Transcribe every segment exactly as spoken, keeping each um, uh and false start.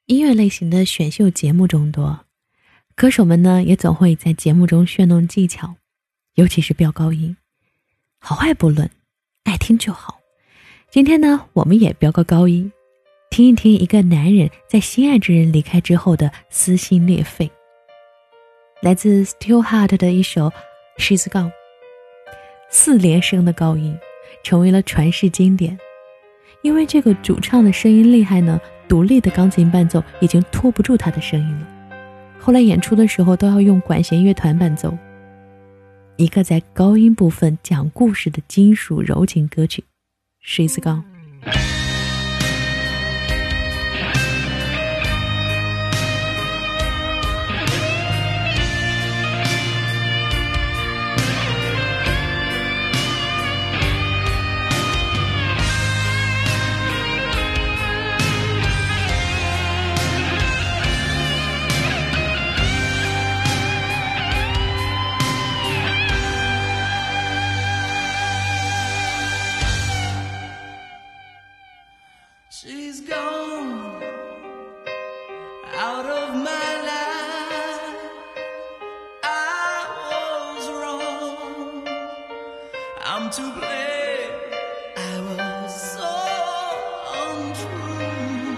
音乐类型的选秀节目众多，歌手们呢也总会在节目中炫动技巧，尤其是飙高音，好坏不论，爱听就好。今天呢，我们也飙个高音，听一听一个男人在心爱之人离开之后的撕心裂肺。来自 Still Heart 的一首 She's Gone， 四连声的高音成为了传世经典。因为这个主唱的声音厉害呢，独立的钢琴伴奏已经拖不住他的声音了，后来演出的时候都要用管弦乐团伴奏。一个在高音部分讲故事的金属柔情歌曲 She's Gone。 She's gone out of my life. I was wrong. I'm to blame. I was so untrue.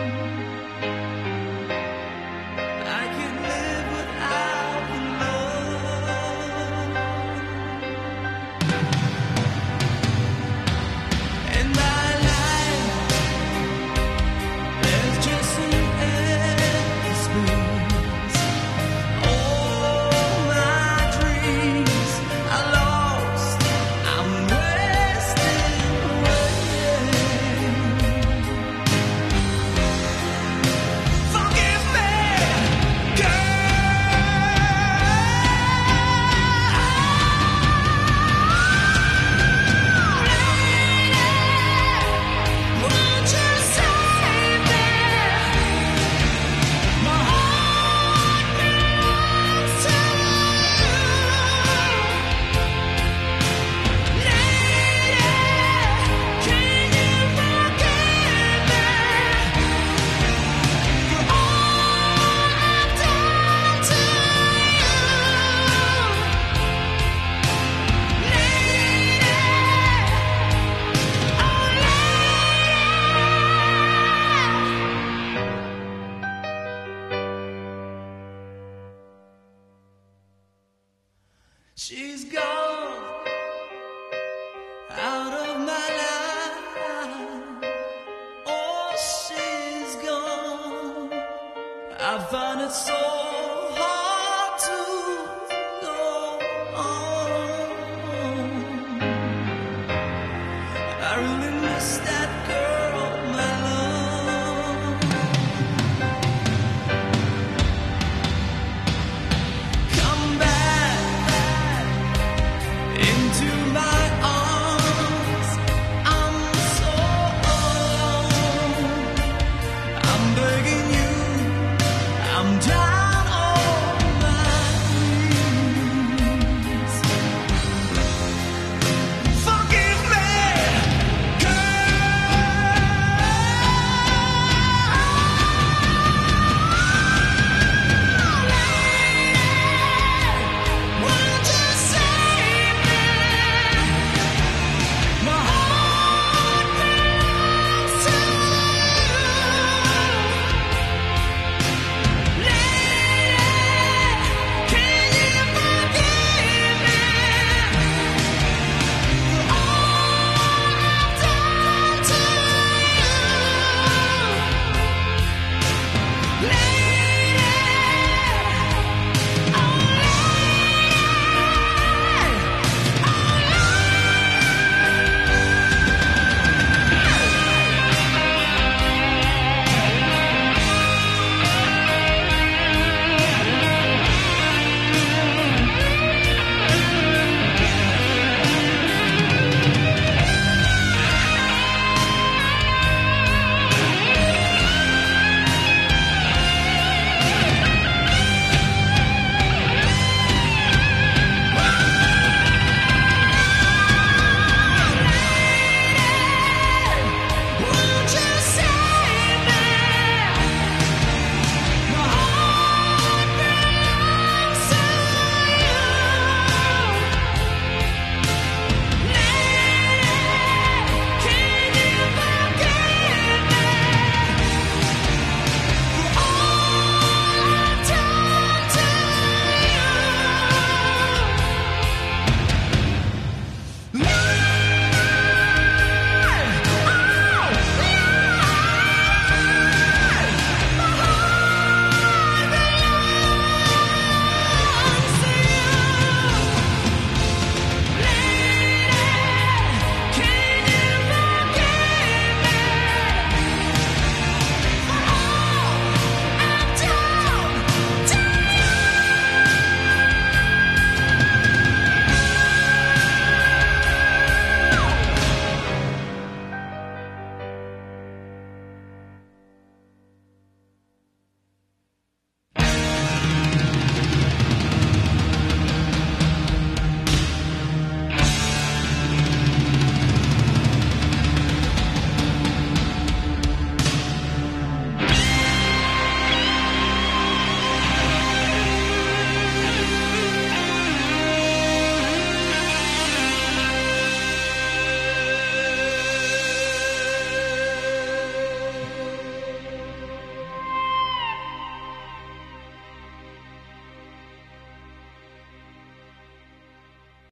I can't live without love. And I She's gone out of my life. Oh, she's gone. I find it so